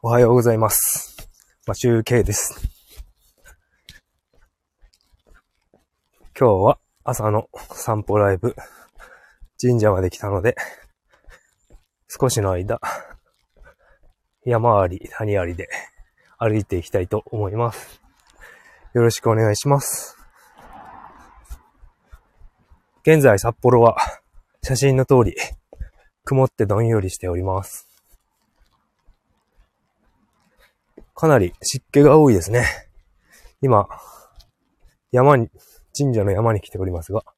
おはようございます。マシュウケイです。今日は朝の散歩ライブ、神社まで来たので、少しの間、山あり、谷ありで歩いていきたいと思います。よろしくお願いします。現在札幌は写真の通り、曇ってどんよりしております。かなり湿気が多いですね。今、神社の山に来ておりますが、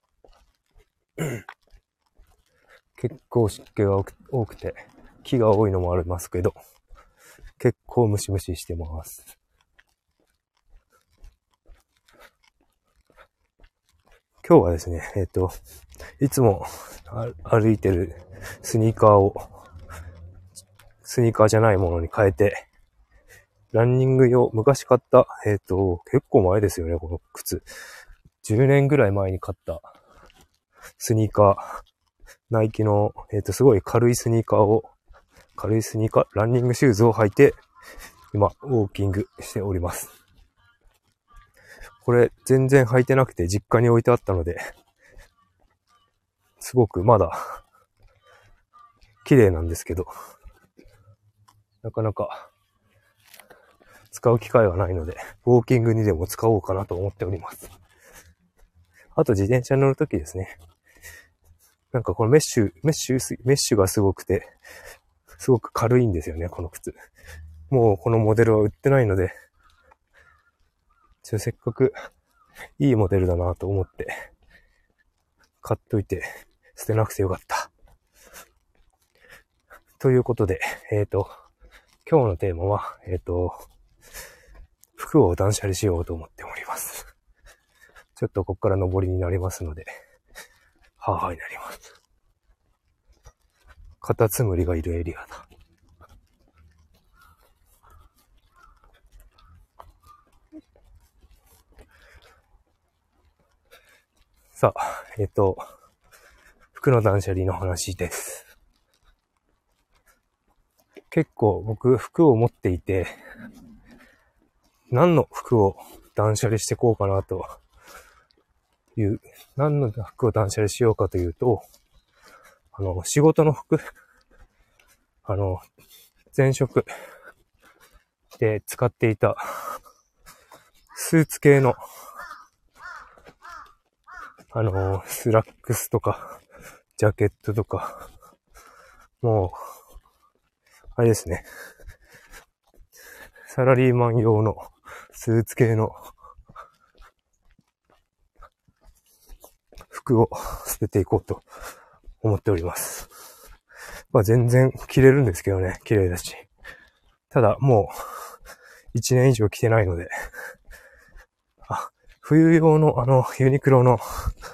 結構湿気が多くて、木が多いのもありますけど、結構ムシムシしてます。今日はですね、いつも歩いてるスニーカーじゃないものに変えて、ランニング用、昔買った、結構前ですよね、この靴。10年ぐらい前に買ったスニーカー、ナイキの、すごい軽いスニーカー、ランニングシューズを履いて、今、ウォーキングしております。これ、全然履いてなくて実家に置いてあったので、すごくまだ、綺麗なんですけど、なかなか、使う機会はないので、ウォーキングにでも使おうかなと思っております。あと自転車に乗るときですね。なんかこのメッシュがすごくて、すごく軽いんですよね、この靴。もうこのモデルは売ってないので、せっかくいいモデルだなと思って、買っといて捨てなくてよかった。ということで、今日のテーマは、服を断捨離しようと思っております。ちょっとここから上りになりますので、母になります。カタツムリがいるエリアだ。さあ、服の断捨離の話です。結構僕服を持っていて、何の服を断捨離していこうかなという、何の服を断捨離しようかというと、仕事の服、前職で使っていたスーツ系の、スラックスとか、ジャケットとか、もう、あれですね。サラリーマン用のスーツ系の服を捨てていこうと思っております。まあ全然着れるんですけどね、綺麗だし。ただもう1年以上着てないので、冬用のユニクロの、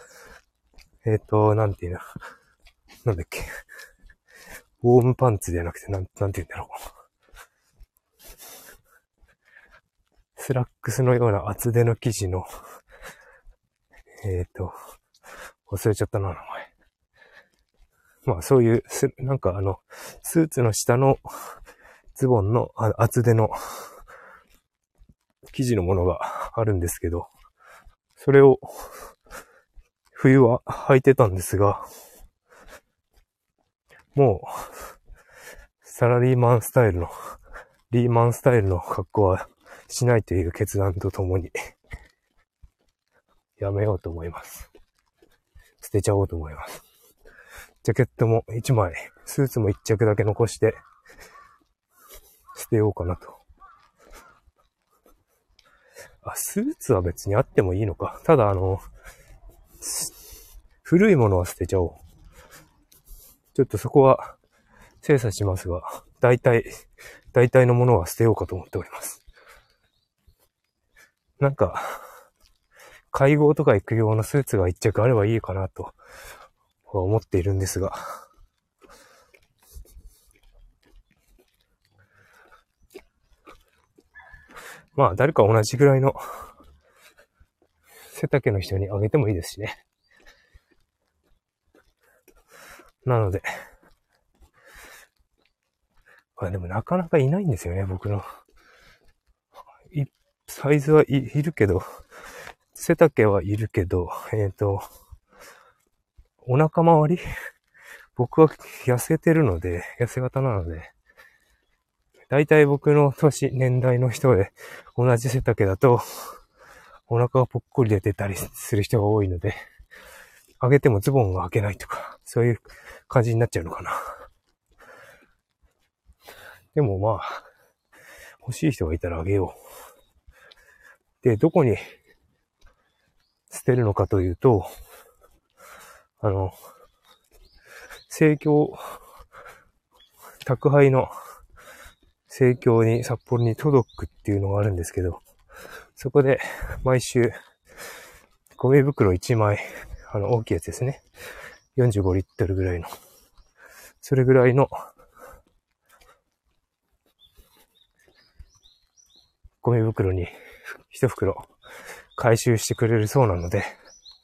なんていうの、なんだっけ、ウォームパンツじゃなくて、なんて言うんだろう。スラックスのような厚手の生地の、忘れちゃったな、名前。まあそういう、なんかスーツの下のズボンの厚手の生地のものがあるんですけど、それを冬は履いてたんですが、もうサラリーマンスタイルの、リーマンスタイルの格好はしないという決断とともにやめようと思います。捨てちゃおうと思います。ジャケットも1枚、スーツも1着だけ残して捨てようかなと。スーツは別にあってもいいのか。ただ古いものは捨てちゃおう。ちょっとそこは精査しますが、大体のものは捨てようかと思っております。なんか、会合とか行く用のスーツが1着あればいいかなと思っているんですが、まあ誰か同じぐらいの背丈の人にあげてもいいですしね。なので、 でもなかなかいないんですよね、僕の。サイズはいるけど、背丈はいるけど、お腹周り僕は痩せてるので、痩せ型なので、だいたい僕の年代の人で同じ背丈だと、お腹がぽっこり出てたりする人が多いので、上げてもズボンが開けないとか、そういう感じになっちゃうのかな。でもまあ、欲しい人がいたらあげよう。で、どこに捨てるのかというと、生協、宅配の生協に札幌に届くっていうのがあるんですけど、そこで毎週ゴミ袋1枚、大きいやつですね。45リットルぐらいの。それぐらいのゴミ袋に一袋回収してくれるそうなので、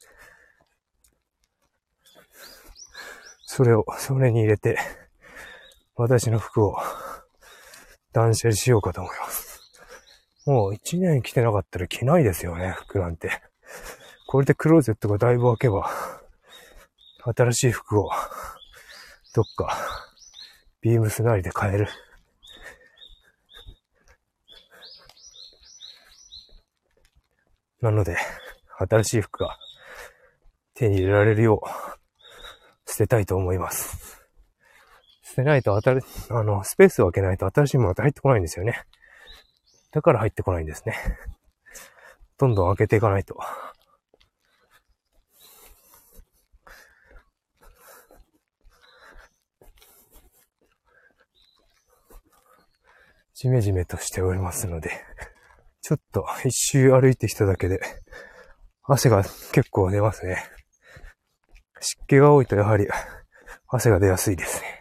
それに入れて、私の服を断捨離しようかと思います。もう1年着てなかったら着ないですよね、服なんて。これでクローゼットがだいぶ開けば、新しい服をどっかビームスなりで買える。なので、新しい服が手に入れられるよう捨てたいと思います。捨てないとスペースを空けないと新しいものが入ってこないんですよね。だから入ってこないんですね。どんどん開けていかないと。ジメジメとしておりますので、ちょっと一周歩いてきただけで、汗が結構出ますね。湿気が多いとやはり汗が出やすいですね。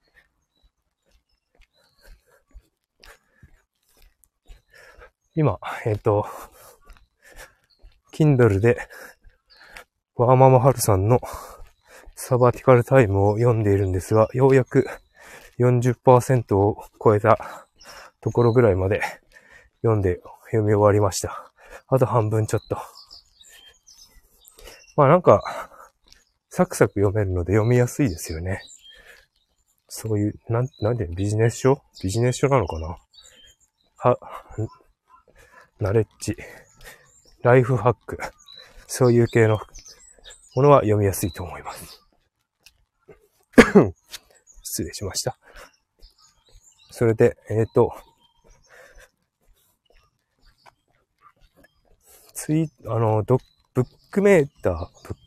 今、Kindle で、ワーママハルさんのサバティカルタイムを読んでいるんですが、ようやく 40% を超えたところぐらいまで読み終わりました。あと半分ちょっと。まあなんか、サクサク読めるので読みやすいですよね。そういう、なんでビジネス書なのかな？ナレッジ、ライフハック、そういう系のものは読みやすいと思います。失礼しました。それで、ブックメーター、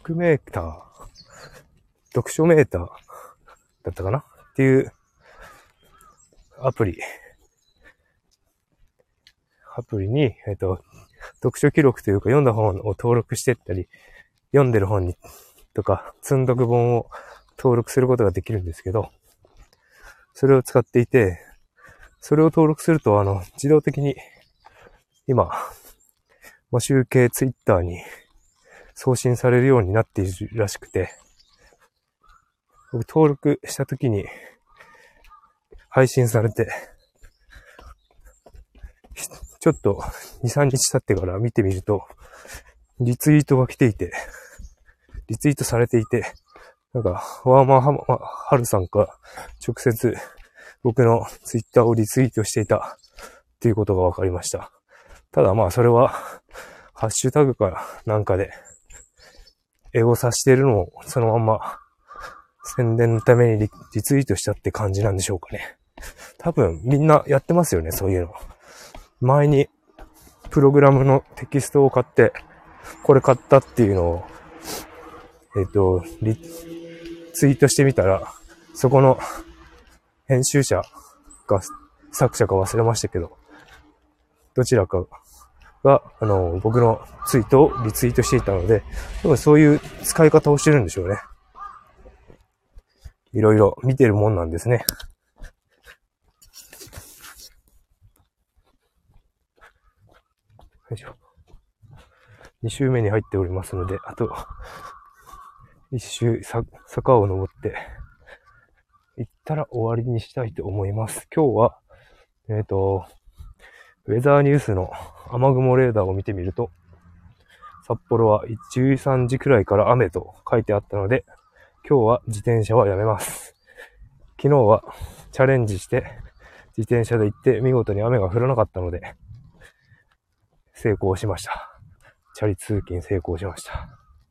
読書メーターだったかなっていうアプリに、読書記録というか読んだ本を登録してったり、読んでる本にとか、積んどく本を登録することができるんですけど、それを使っていて、それを登録すると、自動的に、今、集計ツイッターに送信されるようになっているらしくて、僕登録した時に配信されて、ちょっと2、3日経ってから見てみると、リツイートが来ていて、リツイートされていて、なんか、ワーマーハルさんが直接僕のツイッターをリツイートしていたっていうことが分かりました。ただまあそれは、ハッシュタグかなんかで、エゴさしているのをそのまんま宣伝のためにリツイートしたって感じなんでしょうかね。多分みんなやってますよね、そういうの。前にプログラムのテキストを買って、これ買ったっていうのを、リツイートしてみたら、そこの編集者か作者か忘れましたけど、どちらかが、僕のツイートをリツイートしていたので、多分そういう使い方をしてるんでしょうね。いろいろ見てるもんなんですね。よいしょ。2周目に入っておりますので、あと、1周坂を登って言ったら終わりにしたいと思います。今日は、ウェザーニュースの雨雲レーダーを見てみると、札幌は13時くらいから雨と書いてあったので、今日は自転車はやめます。昨日はチャレンジして自転車で行って見事に雨が降らなかったので、成功しました。チャリ通勤成功しました。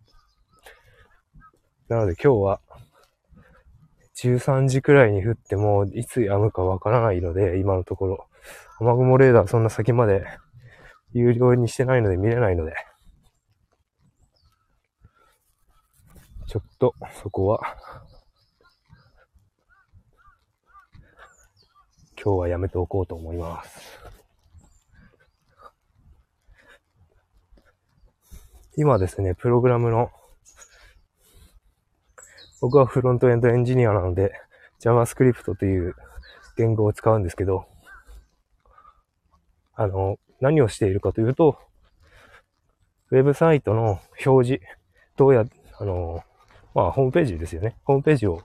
なので今日は13時くらいに降ってもいつ止むかわからないので、今のところ雨雲レーダーそんな先まで有料にしてないので見れないので、ちょっとそこは今日はやめておこうと思います。今ですね、プログラムの僕はフロントエンドエンジニアなので JavaScript という言語を使うんですけど、何をしているかというと、ウェブサイトの表示、ホームページですよね。ホームページを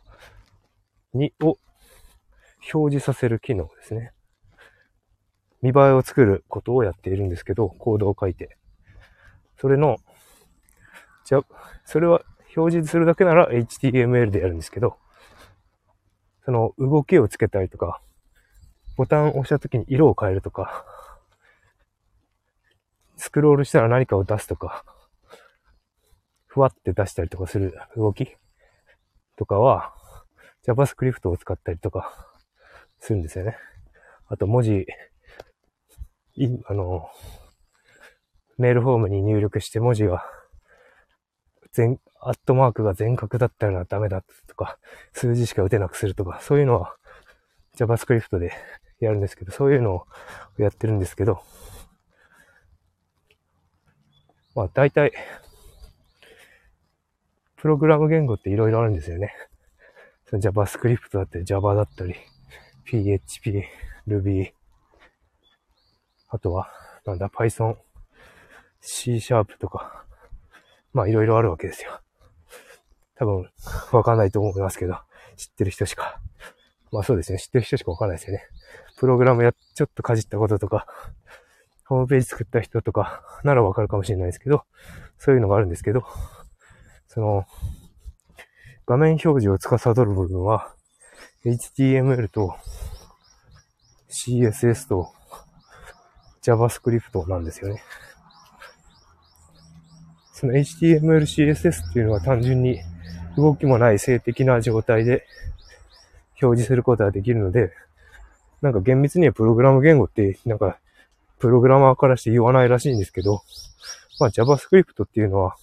表示させる機能ですね。見栄えを作ることをやっているんですけど、コードを書いて。それは表示するだけなら HTML でやるんですけど、その動きをつけたりとか、ボタンを押した時に色を変えるとか、スクロールしたら何かを出すとか、ふわって出したりとかする動きとかは JavaScript を使ったりとかするんですよね。あと文字、メールフォームに入力して文字がアットマークが全角だったらダメだとか、数字しか打てなくするとか、そういうのは JavaScript でやるんですけど、そういうのをやってるんですけど、まあ大体、プログラム言語っていろいろあるんですよね。JavaScript だったり Java だったり、PHP、Ruby、あとは、Python、C# とか、まあいろいろあるわけですよ。多分、わかんないと思いますけど、知ってる人しか。まあそうですね、知ってる人しかわかんないですよね。プログラムちょっとかじったこととか、ホームページ作った人とかならわかるかもしれないですけど、そういうのがあるんですけど、画面表示を司る部分は、HTML と CSS と JavaScript なんですよね。その HTML、CSS っていうのは単純に動きもない静的な状態で表示することができるので、厳密にはプログラム言語ってプログラマーからして言わないらしいんですけど、まあ JavaScript っていうのは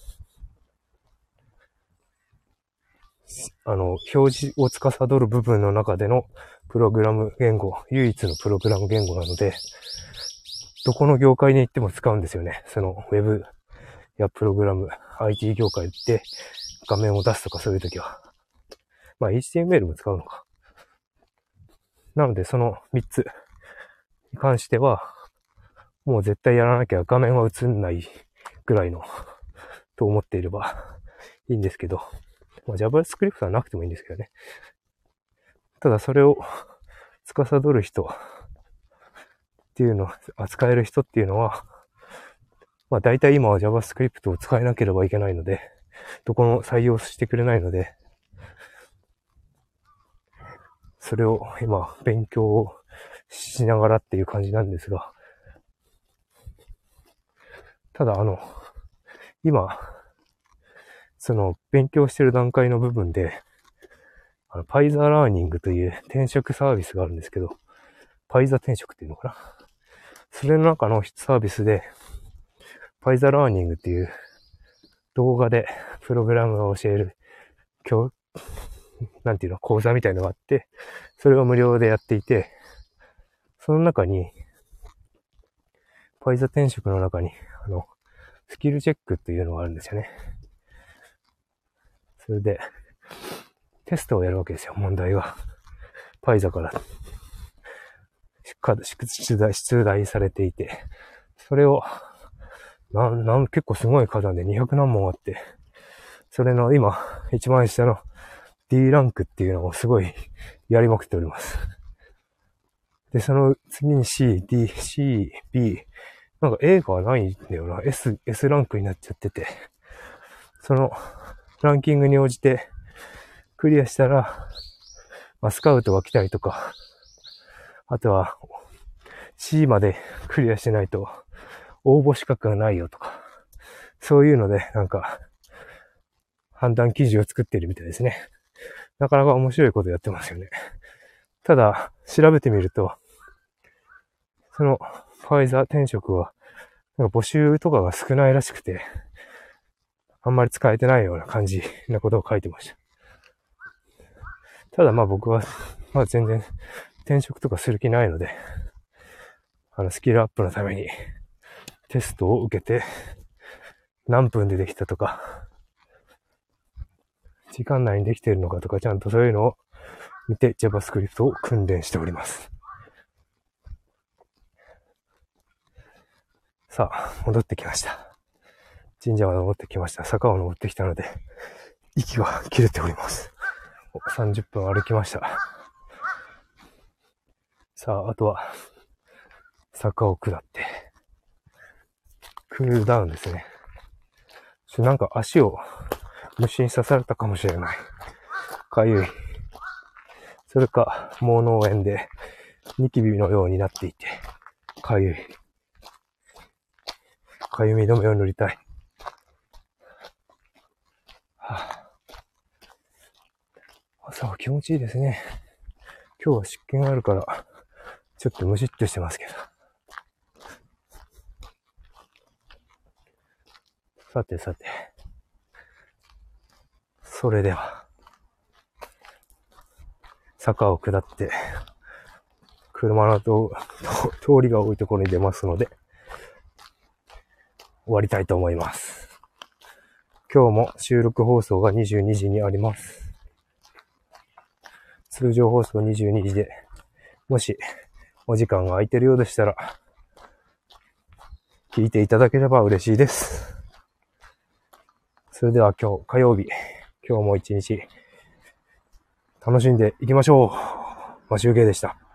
表示を司る部分の中でのプログラム言語、唯一のプログラム言語なので、どこの業界に行っても使うんですよね。そのウェブやプログラム、IT 業界で画面を出すとかそういう時は。まあ HTML も使うのか。なのでその3つに関しては、もう絶対やらなきゃ画面は映んないぐらいのと思っていればいいんですけど、まあ、JavaScript はなくてもいいんですけどね。ただそれを司る人っていうの、扱える人っていうのは、まあ大体今は JavaScript を使えなければいけないので、どこも採用してくれないので、それを今勉強をしながらっていう感じなんですが、ただ今、勉強してる段階の部分で、Paiza Learning という転職サービスがあるんですけど、Paiza 転職っていうのかな。それの中のサービスで、Paiza Learning っていう動画でプログラムを教える講座みたいなのがあって、それを無料でやっていて、その中に、Paiza 転職の中に、スキルチェックっていうのがあるんですよね。それで、テストをやるわけですよ、問題は。Paiza から出題されていて、それを、結構すごい数なんで200何問あって、それの今、一番下の D ランクっていうのをすごいやりまくっております。で、その次に C、D、C、B、なんか A がないんだよな。S ランクになっちゃってて、そのランキングに応じてクリアしたら、スカウトが来たりとか、あとは C までクリアしてないと応募資格がないよとか、そういうのでなんか判断基準を作っているみたいですね。なかなか面白いことやってますよね。ただ、調べてみると、そのファイザー転職はなんか募集とかが少ないらしくて、あんまり使えてないような感じなことを書いてました。ただ僕は、全然転職とかする気ないので、スキルアップのためにテストを受けて、何分でできたとか、時間内にできているのかとか、ちゃんとそういうのを見て JavaScript を訓練しております。さあ、戻ってきました。神社まで登ってきました。坂を登ってきたので、息が切れております。30分歩きました。さあ、あとは、坂を下って、クールダウンですね。なんか足を虫に刺されたかもしれない。かゆい。それか、盲脳炎でニキビのようになっていて、かゆい。かゆみ止めを塗りたい。朝は気持ちいいですね。今日は湿気があるから、ちょっとムシッとしてますけど。さて。それでは、坂を下って、車の通りが多いところに出ますので、終わりたいと思います。今日も収録放送が22時にあります。通常放送22時で、もしお時間が空いてるようでしたら、聞いていただければ嬉しいです。それでは今日火曜日、今日も一日楽しんでいきましょう。マシュウゲイでした。